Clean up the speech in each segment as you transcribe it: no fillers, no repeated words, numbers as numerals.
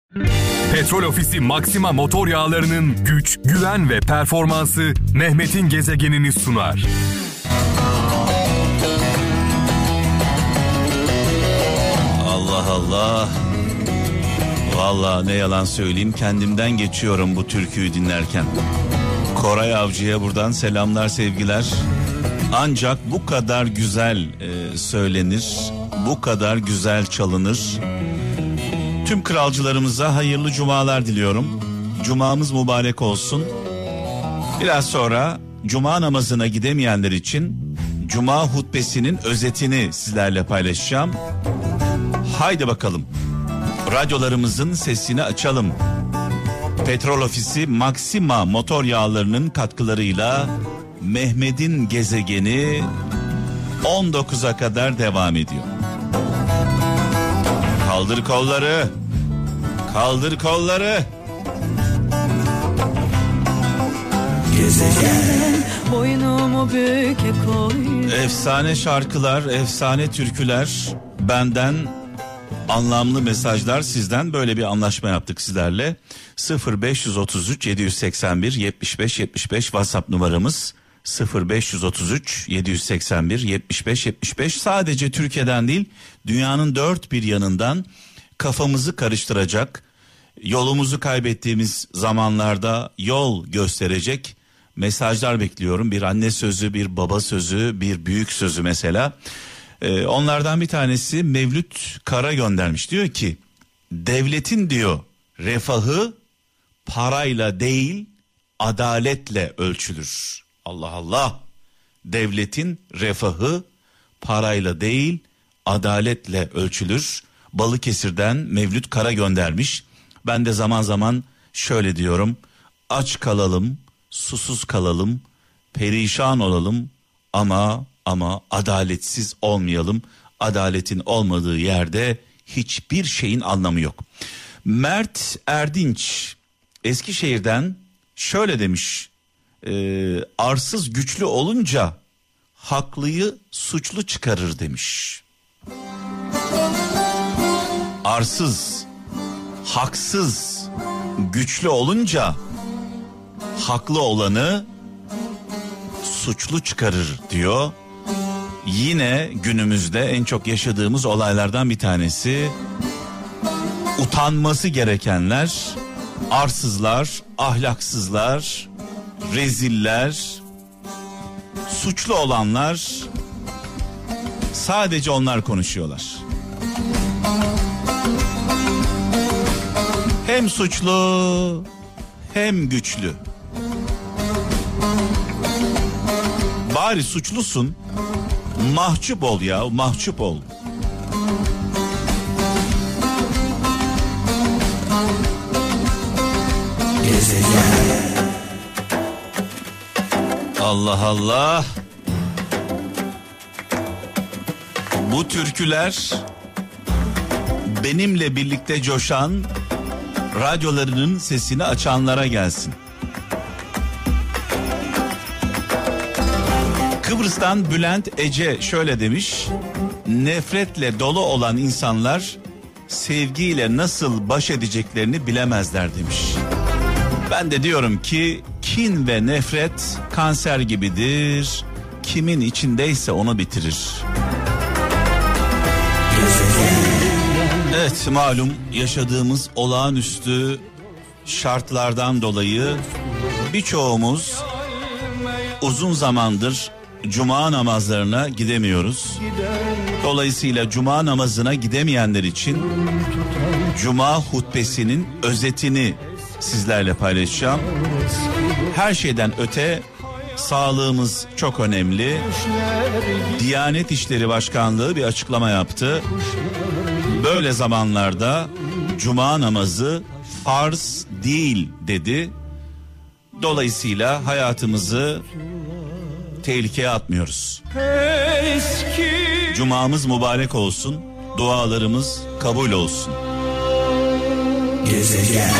Petrol Ofisi Maxima motor yağlarının güç, güven ve performansı Mehmet'in gezegenini sunar. Allah Allah. Vallahi ne yalan söyleyeyim, kendimden geçiyorum bu türküyü dinlerken. Koray Avcı'ya buradan selamlar, sevgiler. Ancak bu kadar güzel söylenir, bu kadar güzel çalınır. Tüm kralcılarımıza hayırlı cumalar diliyorum. Cumamız mübarek olsun. Biraz sonra cuma namazına gidemeyenler için cuma hutbesinin özetini sizlerle paylaşacağım. Haydi bakalım. Radyolarımızın sesini açalım. Petrol Ofisi Maxima motor yağlarının katkılarıyla Mehmet'in gezegeni 19'a kadar devam ediyor. Kaldır kolları. Kaldır kolları. Gezegen boynumu büke koy. Efsane şarkılar, efsane türküler, benden anlamlı mesajlar, sizden böyle bir anlaşma yaptık sizlerle. 0533 781 75 75 WhatsApp numaramız. 0533 781 75 75. Sadece Türkiye'den değil, dünyanın dört bir yanından kafamızı karıştıracak, yolumuzu kaybettiğimiz zamanlarda yol gösterecek mesajlar bekliyorum. Bir anne sözü, bir baba sözü, bir büyük sözü mesela. Onlardan bir tanesi Mevlüt Kara göndermiş. Diyor ki, devletin diyor refahı parayla değil adaletle ölçülür. Allah Allah. Devletin refahı parayla değil adaletle ölçülür. Balıkesir'den Mevlüt Kara göndermiş. Ben de zaman zaman şöyle diyorum: aç kalalım, susuz kalalım, perişan olalım ama adaletsiz olmayalım. Adaletin olmadığı yerde hiçbir şeyin anlamı yok. Mert Erdinç Eskişehir'den şöyle demiş: arsız güçlü olunca haklıyı suçlu çıkarır demiş. Arsız, haksız, güçlü olunca haklı olanı suçlu çıkarır diyor. Yine günümüzde en çok yaşadığımız olaylardan bir tanesi, utanması gerekenler arsızlar, ahlaksızlar, reziller, suçlu olanlar, sadece onlar konuşuyorlar. Hem suçlu hem güçlü. Bari suçlusun, mahcup ol ya, mahcup ol. Gezegen. Allah Allah. Bu türküler benimle birlikte coşan, radyolarının sesini açanlara gelsin. Kıbrıs'tan Bülent Ece şöyle demiş: nefretle dolu olan insanlar sevgiyle nasıl baş edeceklerini bilemezler demiş. Ben de diyorum ki kin ve nefret kanser gibidir. Kimin içindeyse onu bitirir. Evet, malum yaşadığımız olağanüstü şartlardan dolayı birçoğumuz uzun zamandır cuma namazlarına gidemiyoruz. Dolayısıyla cuma namazına gidemeyenler için cuma hutbesinin özetini sizlerle paylaşacağım. Her şeyden öte sağlığımız çok önemli. Diyanet İşleri Başkanlığı bir açıklama yaptı. Böyle zamanlarda cuma namazı farz değil dedi. Dolayısıyla hayatımızı tehlikeye atmıyoruz. Cumamız mübarek olsun, dualarımız kabul olsun. Gezegen.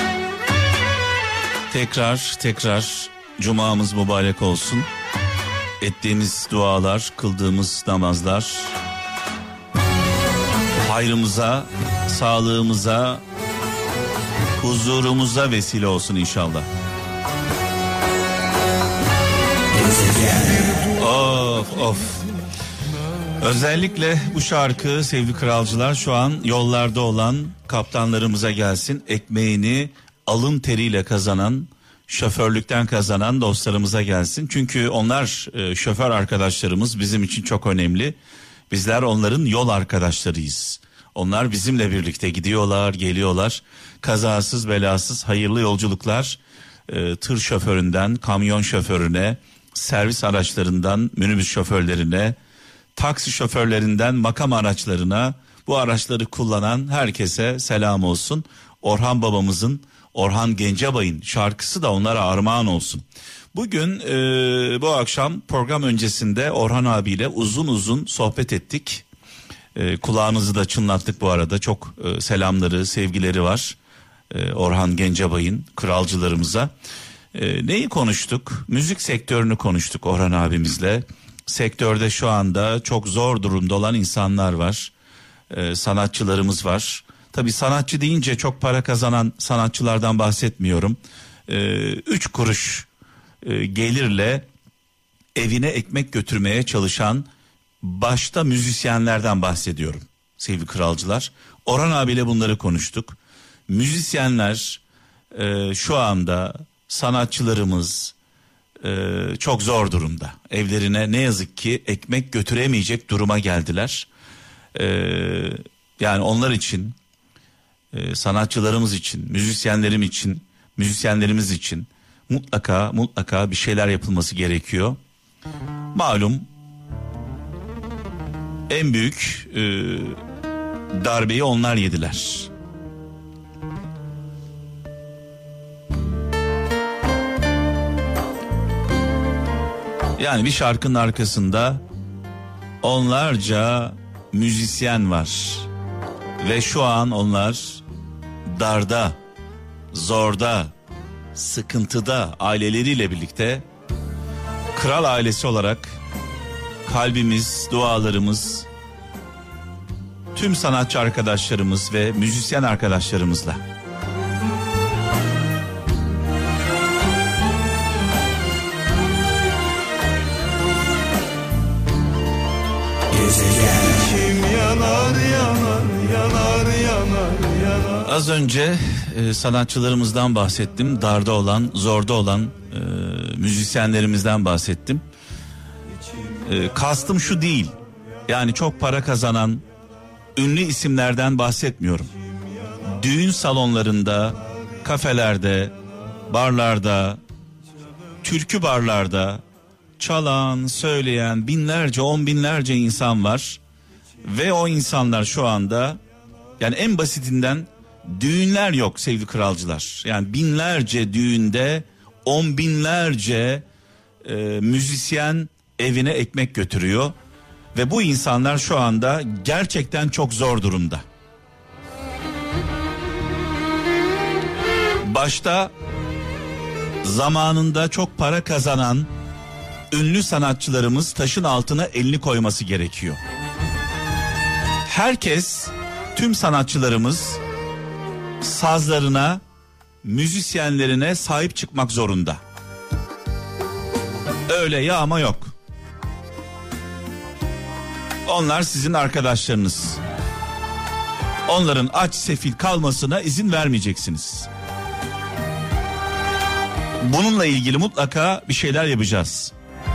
Tekrar cumamız mübarek olsun. ettiğimiz dualar, kıldığımız namazlar hayrımıza, sağlığımıza, huzurumuza vesile olsun inşallah. Of. Özellikle bu şarkı sevgili kralcılar şu an yollarda olan kaptanlarımıza gelsin. Ekmeğini alın teriyle kazanan, şoförlükten kazanan dostlarımıza gelsin. Çünkü onlar şoför arkadaşlarımız, bizim için çok önemli. Bizler onların yol arkadaşlarıyız. Onlar bizimle birlikte gidiyorlar, geliyorlar. Kazasız belasız hayırlı yolculuklar. Tır şoföründen kamyon şoförüne, servis araçlarından minibüs şoförlerine, taksi şoförlerinden makam araçlarına, bu araçları kullanan herkese selam olsun. Orhan babamızın, Orhan Gencebay'ın şarkısı da onlara armağan olsun. Bugün bu akşam program öncesinde Orhan abiyle uzun uzun sohbet ettik. Kulağınızı da çınlattık bu arada. Çok selamları, sevgileri var Orhan Gencebay'ın, kralcılarımıza. Neyi konuştuk? Müzik sektörünü konuştuk Orhan abimizle. Sektörde şu anda çok zor durumda olan insanlar var. Sanatçılarımız var. Tabii sanatçı deyince çok para kazanan sanatçılardan bahsetmiyorum. 3 kuruş gelirle evine ekmek götürmeye çalışan başta müzisyenlerden bahsediyorum sevgili kralcılar. Orhan abiyle bunları konuştuk. Müzisyenler şu anda, sanatçılarımız çok zor durumda. Evlerine ne yazık ki ekmek götüremeyecek duruma geldiler. Yani onlar için, sanatçılarımız için, müzisyenlerimiz için mutlaka bir şeyler yapılması gerekiyor. Malum en büyük darbeyi onlar yediler. Yani bir şarkının arkasında onlarca müzisyen var. Ve şu an onlar darda, zorda, sıkıntıda, aileleriyle birlikte. Kral ailesi olarak kalbimiz, dualarımız tüm sanatçı arkadaşlarımız ve müzisyen arkadaşlarımızla. Az önce sanatçılarımızdan bahsettim. Darda olan, zorda olan müzisyenlerimizden bahsettim. Kastım şu değil. Yani çok para kazanan ünlü isimlerden bahsetmiyorum. Düğün salonlarında, kafelerde, barlarda, türkü barlarda çalan, söyleyen binlerce, on binlerce insan var. Ve o insanlar şu anda, yani en basitinden düğünler yok sevgili kralcılar. Yani binlerce düğünde on binlerce müzisyen evine ekmek götürüyor. Ve bu insanlar şu anda gerçekten çok zor durumda. Başta zamanında çok para kazanan ünlü sanatçılarımız taşın altına elini koyması gerekiyor. Herkes, tüm sanatçılarımız sazlarına, müzisyenlerine sahip çıkmak zorunda. Öyle yağma yok. Onlar sizin arkadaşlarınız. Onların aç sefil kalmasına izin vermeyeceksiniz. Bununla ilgili mutlaka bir şeyler yapacağız.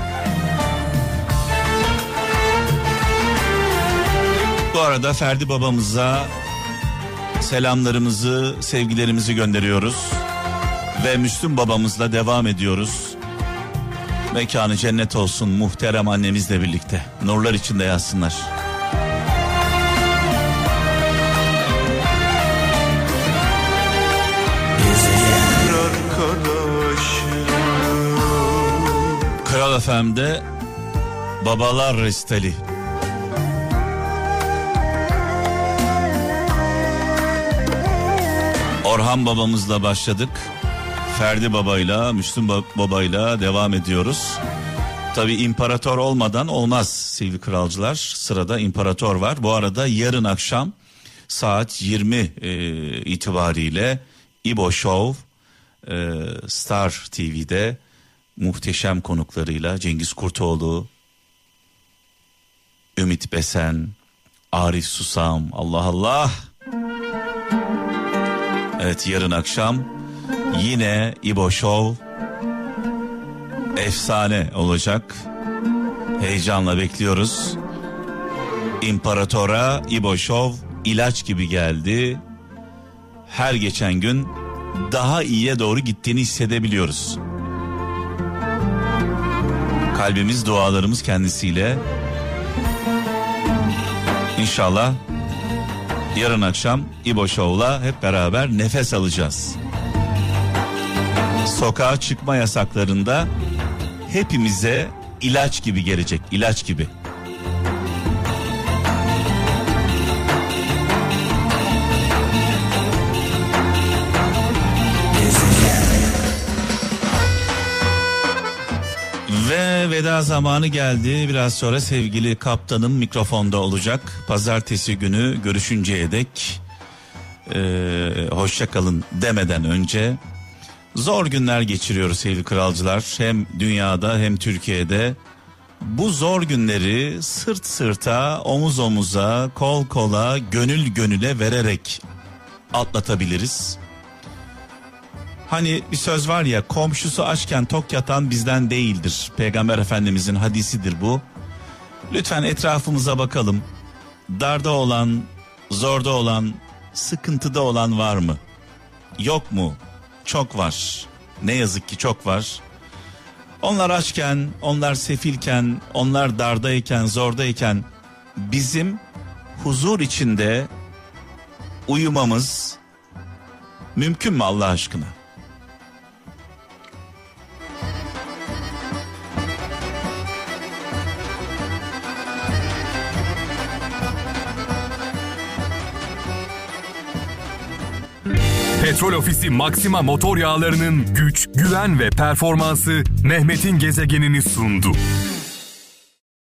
Bu arada Ferdi babamıza selamlarımızı, sevgilerimizi gönderiyoruz. Ve Müslüm babamızla devam ediyoruz. Mekanı cennet olsun muhterem annemizle birlikte. Nurlar içinde yatsınlar. Kral FM'de Babalar Resteli. Orhan babamızla başladık. Ferdi babayla, Müslüm babayla devam ediyoruz. Tabii imparator olmadan olmaz sevgili kralcılar. Sırada imparator var. Bu arada yarın akşam saat 20 itibariyle İbo Show Star TV'de muhteşem konuklarıyla Cengiz Kurtoğlu, Ümit Besen, Arif Susam, Allah Allah. Evet, yarın akşam yine İbo Show efsane olacak. Heyecanla bekliyoruz. İmparatora İbo Show ilaç gibi geldi. Her geçen gün daha iyiye doğru gittiğini hissedebiliyoruz. Kalbimiz, dualarımız kendisiyle. İnşallah yarın akşam İbo Show'la hep beraber nefes alacağız. Sokağa çıkma yasaklarında hepimize ilaç gibi gelecek, ilaç gibi. Ve veda zamanı geldi. Biraz sonra sevgili kaptanım mikrofonda olacak. Pazartesi günü görüşünceye dek hoşça kalın demeden önce zor günler geçiriyoruz sevgili kralcılar. Hem dünyada hem Türkiye'de. Bu zor günleri sırt sırta, omuz omuza, kol kola, gönül gönüle vererek atlatabiliriz. Hani bir söz var ya, komşusu açken tok yatan bizden değildir. Peygamber Efendimizin hadisidir bu. Lütfen etrafımıza bakalım. Darda olan, zorda olan, sıkıntıda olan var mı? Yok mu? Çok var. Ne yazık ki çok var. Onlar açken, onlar sefilken, onlar dardayken, zordayken bizim huzur içinde uyumamız mümkün mü Allah aşkına? Petrol Ofisi Maxima motor yağlarının güç, güven ve performansı Mehmet'in gezegenini sundu.